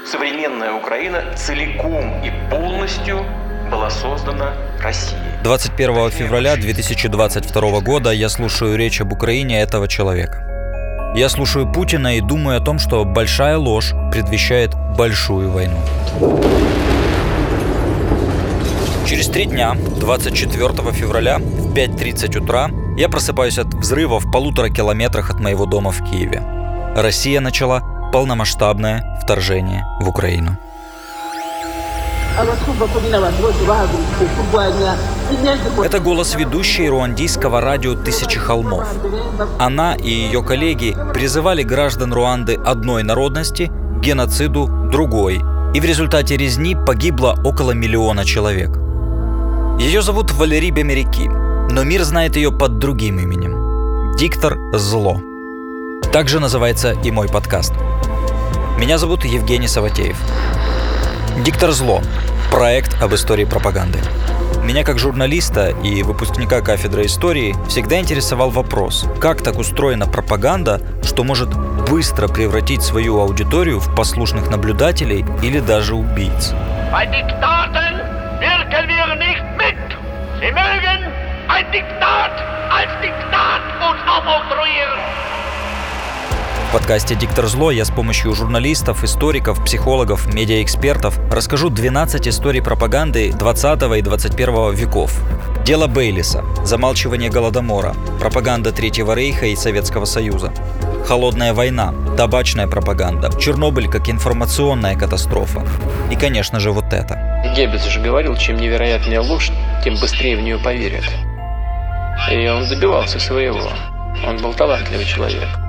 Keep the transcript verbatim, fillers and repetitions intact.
современная Украина целиком и полностью была создана Россией. двадцать первого февраля две тысячи двадцать второго года я слушаю речь об Украине этого человека. Я слушаю Путина и думаю о том, что большая ложь предвещает большую войну. Через три дня, двадцать четвёртого февраля, в пять тридцать утра, я просыпаюсь от взрыва в полутора километрах от моего дома в Киеве. Россия начала полномасштабное вторжение в Украину. Это голос ведущей руандийского радио «Тысячи холмов». Она и ее коллеги призывали граждан Руанды одной народности к геноциду другой, и в результате резни погибло около миллиона человек. Ее зовут Валерий Бемерики, но мир знает ее под другим именем – Диктор Зло. Также называется и мой подкаст. Меня зовут Евгений Саватеев. «Диктор Зло» – проект об истории пропаганды. Меня как журналиста и выпускника кафедры истории всегда интересовал вопрос, как так устроена пропаганда, что может быстро превратить свою аудиторию в послушных наблюдателей или даже убийц. В подкасте «Диктор Зло» я с помощью журналистов, историков, психологов, медиаэкспертов расскажу двенадцать историй пропаганды двадцатого и двадцать первого веков. Дело Бейлиса, замалчивание Голодомора, пропаганда Третьего Рейха и Советского Союза, холодная война, табачная пропаганда, Чернобыль как информационная катастрофа. И, конечно же, вот это. Геббельс же говорил, чем невероятнее ложь, тем быстрее в нее поверят. И он добивался своего. Он был талантливый человек.